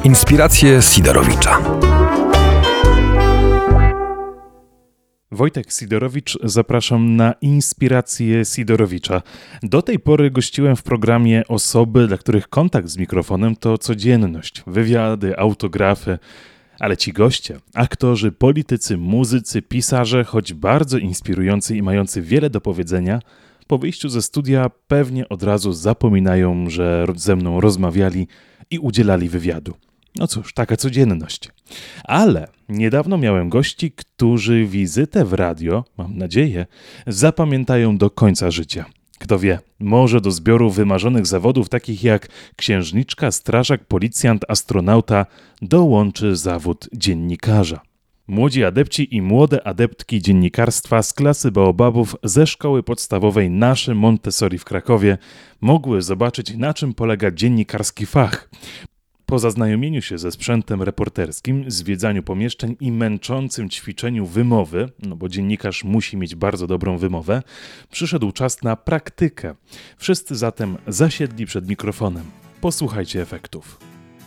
Inspiracje Sidorowicza. Wojtek Sidorowicz, zapraszam na Inspiracje Sidorowicza. Do tej pory gościłem w programie osoby, dla których kontakt z mikrofonem to codzienność. Wywiady, autografy, ale ci goście, aktorzy, politycy, muzycy, pisarze, choć bardzo inspirujący i mający wiele do powiedzenia, po wyjściu ze studia pewnie od razu zapominają, że ze mną rozmawiali i udzielali wywiadu. No cóż, taka codzienność. Ale niedawno miałem gości, którzy wizytę w radio, mam nadzieję, zapamiętają do końca życia. Kto wie, może do zbioru wymarzonych zawodów takich jak księżniczka, strażak, policjant, astronauta dołączy zawód dziennikarza. Młodzi adepci i młode adeptki dziennikarstwa z klasy Baobabów ze szkoły podstawowej Nasze Montessori w Krakowie mogły zobaczyć, na czym polega dziennikarski fach. Po zaznajomieniu się ze sprzętem reporterskim, zwiedzaniu pomieszczeń i męczącym ćwiczeniu wymowy, no bo dziennikarz musi mieć bardzo dobrą wymowę, przyszedł czas na praktykę. Wszyscy zatem zasiedli przed mikrofonem. Posłuchajcie efektów.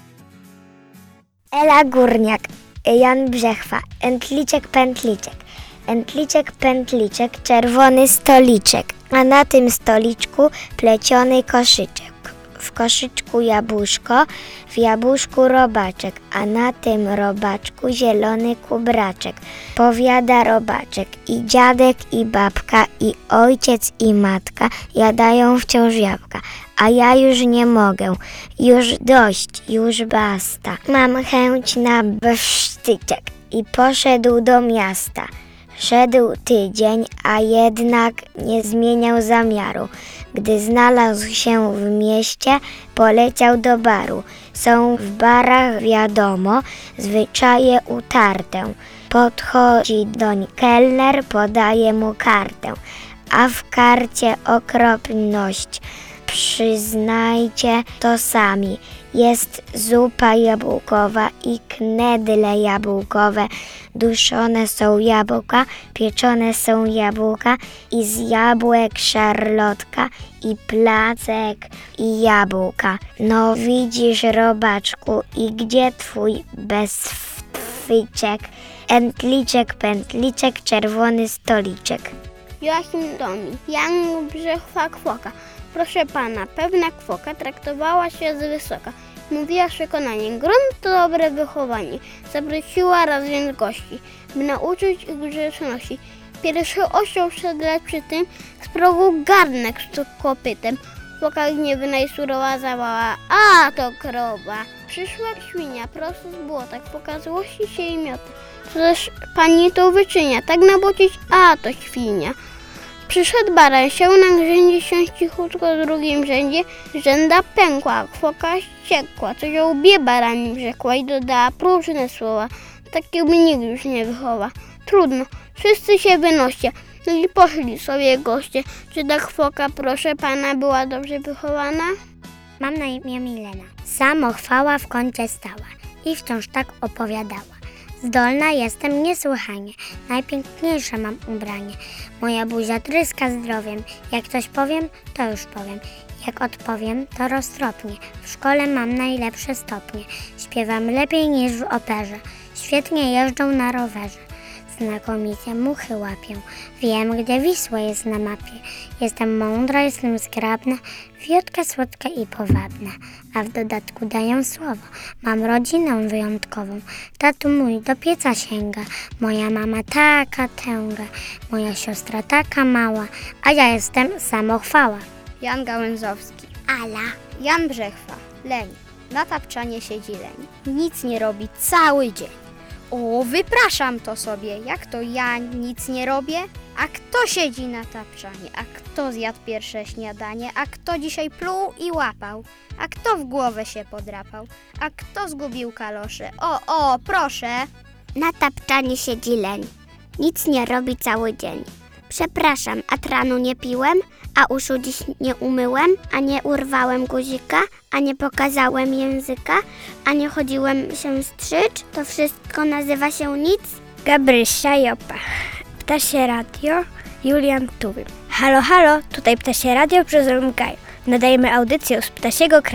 Ela Górniak, Jan Brzechwa, Entliczek Pętliczek. Entliczek Pętliczek, czerwony stoliczek, a na tym stoliczku pleciony koszyczek. W koszyczku jabłuszko, w jabłuszku robaczek, a na tym robaczku zielony kubraczek. Powiada robaczek, i dziadek, i babka, i ojciec, i matka jadają wciąż jabłka, a ja już nie mogę, już dość, już basta. Mam chęć na besztyczek i poszedł do miasta. Szedł tydzień, a jednak nie zmieniał zamiaru. Gdy znalazł się w mieście, poleciał do baru. Są w barach, wiadomo, zwyczaje utarte. Podchodzi doń kelner, podaje mu kartę, a w karcie okropność. Przyznajcie to sami. Jest zupa jabłkowa i knedle jabłkowe. Duszone są jabłka, pieczone są jabłka i z jabłek szarlotka i placek i jabłka. No widzisz, robaczku, i gdzie twój bezwtyczek? Entliczek, pętliczek, czerwony stoliczek. Joachim Domin, Jan Brzechwa Kwoka. Proszę pana, pewna kwoka traktowała się z wysoka. Mówiła przekonanie, grunt to dobre wychowanie. Zaprosiła raz więc gości, by nauczyć ich grzeczności. Pierwszy osioł szedł, lecz przy tym z progu garnek z kopytem. Kwoka gniewna i surowa zawała, a to krowa. Przyszła świnia prosto z błota, kwoka złości się i miota. Co też pani to wyczynia, tak nabocić, a to świnia. Przyszedł baran, siał na grzędzie, siąść cichutko w drugim rzędzie, rzęda pękła, kwoka ściekła, coś o łbie baranim rzekła i dodała próżne słowa, takiego nikt już nie wychowa. Trudno, wszyscy się wynoście, no i poszli sobie goście. Czy ta kwoka, proszę pana, była dobrze wychowana? Mam na imię Milena. Samochwała w kącie stała i wciąż tak opowiadała. Zdolna jestem niesłychanie, najpiękniejsze mam ubranie. Moja buzia tryska zdrowiem, jak coś powiem, to już powiem. Jak odpowiem, to roztropnie. W szkole mam najlepsze stopnie. Śpiewam lepiej niż w operze. Świetnie jeżdżą na rowerze. Znakomicie muchy łapię. Wiem, gdzie Wisła jest na mapie. Jestem mądra, jestem zgrabna, wiodka słodka i powabna. A w dodatku daję słowo. Mam rodzinę wyjątkową. Tatu mój do pieca sięga. Moja mama taka tęga. Moja siostra taka mała. A ja jestem samochwała. Jan Gałęzowski. Ala. Jan Brzechwa. Leń. Na tapczanie siedzi leń. Nic nie robi cały dzień. O, wypraszam to sobie. Jak to ja nic nie robię? A kto siedzi na tapczanie? A kto zjadł pierwsze śniadanie? A kto dzisiaj pluł i łapał? A kto w głowę się podrapał? A kto zgubił kalosze? O, proszę. Na tapczanie siedzi leń. Nic nie robi cały dzień. Przepraszam, a tranu nie piłem? A uszu dziś nie umyłem? A nie urwałem guzika? A nie pokazałem języka? A nie chodziłem się strzyć? To wszystko nazywa się nic? Gabrysia Jopa. Ptasie Radio, Julian Tuwim. Halo, halo, tutaj Ptasie Radio przez Gaju. Nadajemy audycję z ptasiego kraju.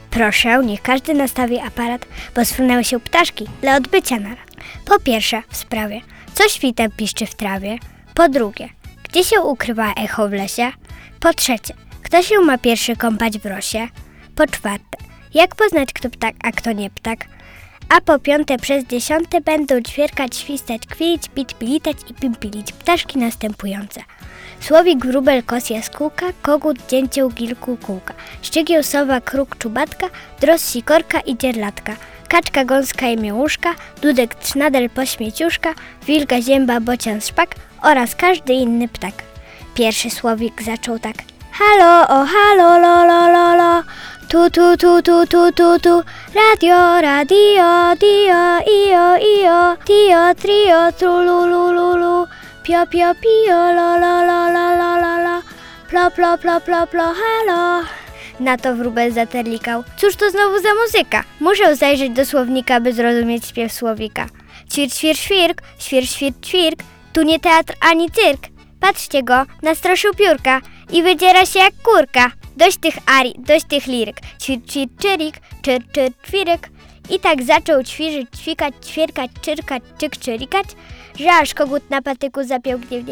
Proszę, niech każdy nastawi aparat, bo sfrunęły się ptaszki dla odbycia narad. Po pierwsze, w sprawie, co świtem piszczy w trawie. Po drugie, gdzie się ukrywa echo w lesie. Po trzecie, kto się ma pierwszy kąpać w rosie. Po czwarte, jak poznać, kto ptak, a kto nie ptak. A po piąte, przez dziesiąte będą ćwierkać, świstać, kwilić, pić, pilitać i pimpilić ptaszki następujące. Słowik, wróbel, kos, jaskółka, kogut, dzięcioł, gil, kukułka, szczygieł, sowa, kruk, czubatka, droz, sikorka i dzierlatka, kaczka, gąska i miałuszka, dudek, trznadel, pośmieciuszka, wilga, zięba, bocian, szpak oraz każdy inny ptak. Pierwszy słowik zaczął tak. Halo, o halo, lo, lo, lo, lo. Tu, tu, tu, tu, tu, tu, tu. Radio, radio, dio, io, io. Tio, trio, trulu, lu, lu, lu. Pio, pio, pio, lo, lo, lo, lo, lo, lo, lo. Plo, plo, plo, plo, plo, halo. Na to wróbel zaterlikał. Cóż to znowu za muzyka? Muszę zajrzeć do słownika, by zrozumieć śpiew słowika. Ćwir, ćwir, świrk, świr, świr, ćwirk. Tu nie teatr ani cyrk. Patrzcie go, nastroszył piórka i wydziera się jak kurka. Dość tych arii, dość tych liryk. Ćwir, ćwir, czyrik, czyr, czyr, ćwirek. I tak zaczął ćwirzyć, ćwikać, ćwierkać, czyrkać, czyk, czyrikać, że aż kogut na patyku zapiął gniewnie.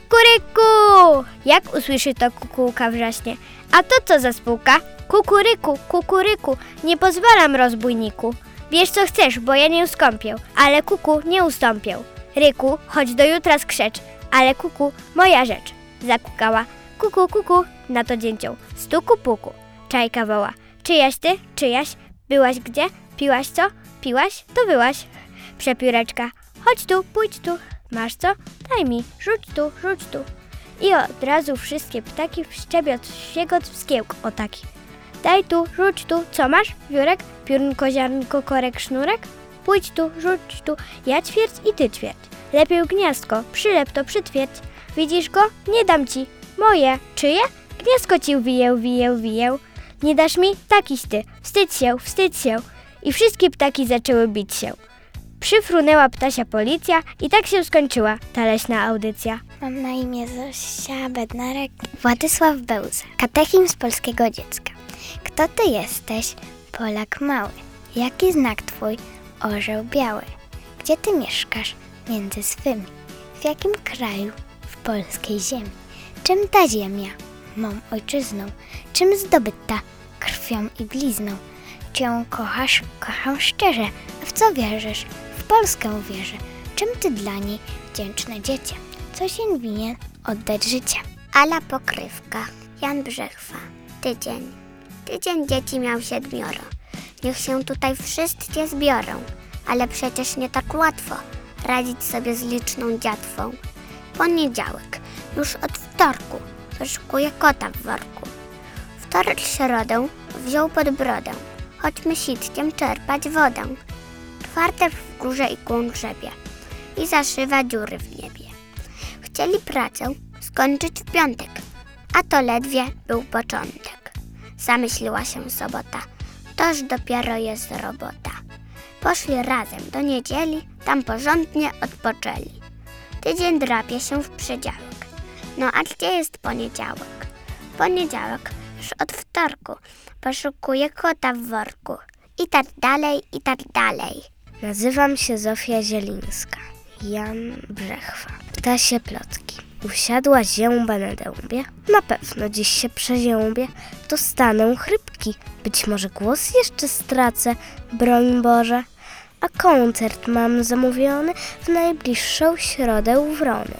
Kukuryku! Jak usłyszy to, kukułka wrzaśnie. A to co za spółka? Kukuryku, kukuryku, nie pozwalam, rozbójniku. Wiesz co chcesz, bo ja nie ustąpię, ale kuku nie ustąpię. Ryku, chodź do jutra skrzecz, ale kuku, moja rzecz. Zakukała. Kuku, kuku, na to dzięcioł. Stuku, puku. Czajka woła. Czyjaś ty? Czyjaś? Byłaś gdzie? Piłaś co? Piłaś? To byłaś. Przepióreczka. Chodź tu, pójdź tu. Masz co? Daj mi. Rzuć tu, rzuć tu. I od razu wszystkie ptaki w szczebiot, w świegot, w skiełk o taki. Daj tu, rzuć tu. Co masz? Wiórek? Piórnko, ziarnko, korek, sznurek? Pójdź tu, rzuć tu. Ja ćwierć i ty ćwierć. Lepiej gniazdko, przylep to przytwierdź. Widzisz go? Nie dam ci. Moje. Czyje? Gniazdko ci wiję. Nie dasz mi? Takiś ty. Wstydź się, wstydź się. I wszystkie ptaki zaczęły bić się. Przyfrunęła ptasia policja i tak się skończyła ta leśna audycja. Mam na imię Zosia Bednarek. Władysław Bełza. Katechizm z polskiego dziecka. Kto ty jesteś? Polak mały. Jaki znak twój? Orzeł biały. Gdzie ty mieszkasz? Między swymi. W jakim kraju? W polskiej ziemi. Czym ta ziemia? Mą ojczyzną. Czym zdobyta? Krwią i blizną. Czy ją kochasz? Kocham szczerze. A w co wierzysz? W Polskę wierzę. Czym ty dla niej? Wdzięczne dziecię. Co się winien oddać życie? Ala Pokrywka, Jan Brzechwa. Tydzień. Tydzień dzieci miał 7. Niech się tutaj wszystkie zbiorą, ale przecież nie tak łatwo radzić sobie z liczną dziatwą. Poniedziałek, już od wtorku, szykuje kota w worku. Wtorek, środę wziął pod brodę, chodźmy sitkiem czerpać wodę. Czwartek w górze i grzebie i zaszywa dziury w niebie. Chcieli pracę skończyć w piątek, a to ledwie był początek. Zamyśliła się sobota, toż dopiero jest robota. Poszli razem do niedzieli, tam porządnie odpoczęli. Tydzień drapie się w przedziałek. No a gdzie jest poniedziałek? Poniedziałek już od wtorku poszukuje kota w worku. I tak dalej, i tak dalej. Nazywam się Zofia Zielińska. Jan Brzechwa. Ptasie plotki. Usiadła zięba na dębie. Na pewno dziś się przeziębię. Dostanę chrypki. Być może głos jeszcze stracę. Broń Boże. A koncert mam zamówiony w najbliższą środę Wrony.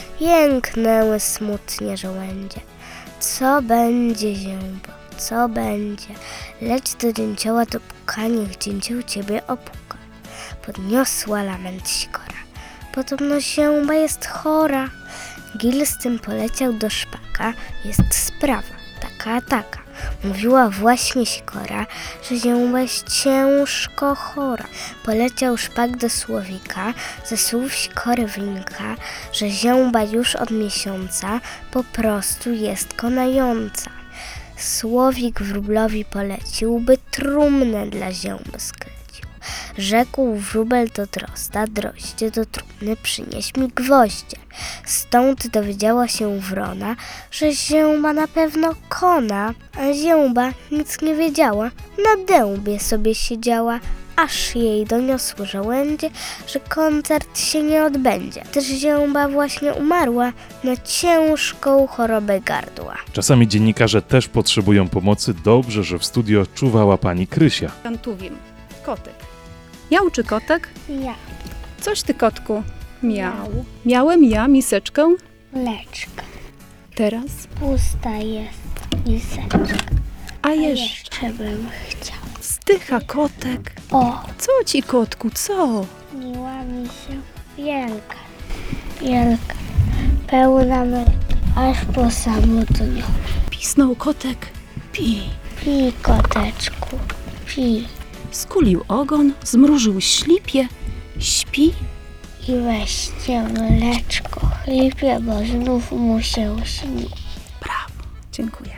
Jęknęły smutnie żołędzie. Co będzie, ziębo? Co będzie? Leć do dzięcioła do puka, niech dzięcioł ciebie opuka. Podniosła lament sikora. Podobno zięba jest chora. Gil z tym poleciał do szpaka. Jest sprawa, taka. Mówiła właśnie sikora, że zięba jest ciężko chora. Poleciał szpak do słowika, ze słów sikory wynika, że zięba już od miesiąca po prostu jest konająca. Słowik wróblowi polecił, by trumnę dla zięby sklecił, Rzekł wróbel do drozda, droździe do trumny przynieś mi gwoździe. Stąd dowiedziała się wrona, że zięba na pewno kona, a zięba nic nie wiedziała, na dębie sobie siedziała, aż jej doniosły żołędzie, że koncert się nie odbędzie, gdyż zięba właśnie umarła na ciężką chorobę gardła. Czasami dziennikarze też potrzebują pomocy. Dobrze, że w studio czuwała pani Krysia. Tuwim. Kotek. Miał czy kotek? Ja. Coś ty, kotku. Miał. Miałem ja miseczkę. Mleczka. Teraz? Pusta jest miseczka. A jeszcze. Jeszcze bym chciał. Zdycha kotek. O, Co ci, kotku, co? miła mi się wielka. Wielka. Pełna mleka. Aż po samotnią. Pisnął kotek. Pi. Pij, koteczku. Pij. Skulił ogon, zmrużył ślipie. Śpi. I weźcie mleczko chlipie, bo znów mu się śni. Brawo. Dziękuję.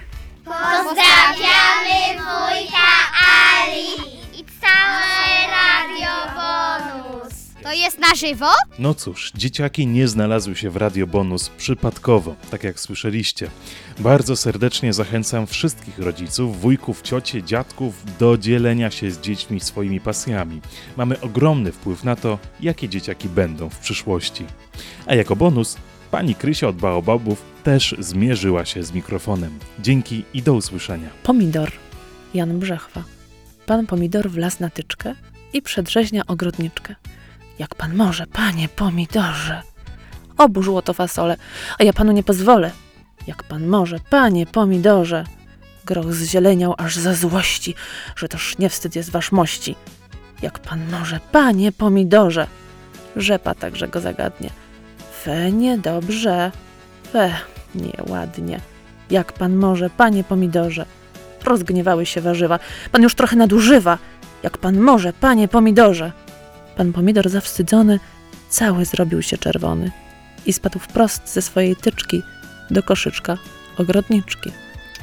Pozdrawiamy wujka Ali i całe Radio Bonus. To jest na żywo? No cóż, dzieciaki nie znalazły się w Radio Bonus przypadkowo, tak jak słyszeliście. Bardzo serdecznie zachęcam wszystkich rodziców, wujków, ciocie, dziadków do dzielenia się z dziećmi swoimi pasjami. Mamy ogromny wpływ na to, jakie dzieciaki będą w przyszłości. A jako bonus, pani Krysia od Baobabów też zmierzyła się z mikrofonem. Dzięki i do usłyszenia. Pomidor. Jan Brzechwa. Pan pomidor wlazł na tyczkę i przedrzeźnia ogrodniczkę. Jak pan może, panie pomidorze? Oburzyło to fasolę, a ja panu nie pozwolę. Jak pan może, panie pomidorze? Groch zzieleniał aż za złości, że toż nie wstyd jest wasz mości. Jak pan może, panie pomidorze? Rzepa także go zagadnie. Fe niedobrze, fe nieładnie. Jak pan może, panie pomidorze? Rozgniewały się warzywa. Pan już trochę nadużywa. Jak pan może, panie pomidorze? Pan pomidor zawstydzony cały zrobił się czerwony i spadł wprost ze swojej tyczki do koszyczka ogrodniczki.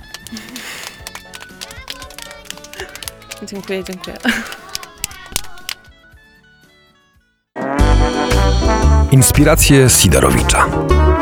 Dziękuję. Inspiracje Sidorowicza.